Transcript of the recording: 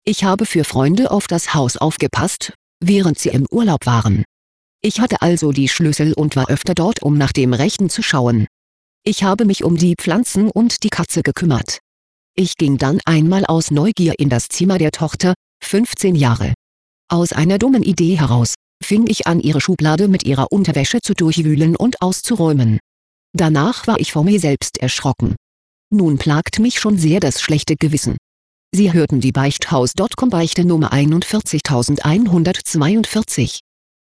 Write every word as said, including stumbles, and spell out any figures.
Ich habe für Freunde auf das Haus aufgepasst, während sie im Urlaub waren. Ich hatte also die Schlüssel und war öfter dort, um nach dem Rechten zu schauen. Ich habe mich um die Pflanzen und die Katze gekümmert. Ich ging dann einmal aus Neugier in das Zimmer der Tochter, fünfzehn Jahre. Aus einer dummen Idee heraus, fing ich an, ihre Schublade mit ihrer Unterwäsche zu durchwühlen und auszuräumen. Danach war ich vor mir selbst erschrocken. Nun plagt mich schon sehr das schlechte Gewissen. Sie hörten die Beichthaus Punkt com Beichte Nummer einundvierzigtausendeinhundertzweiundvierzig.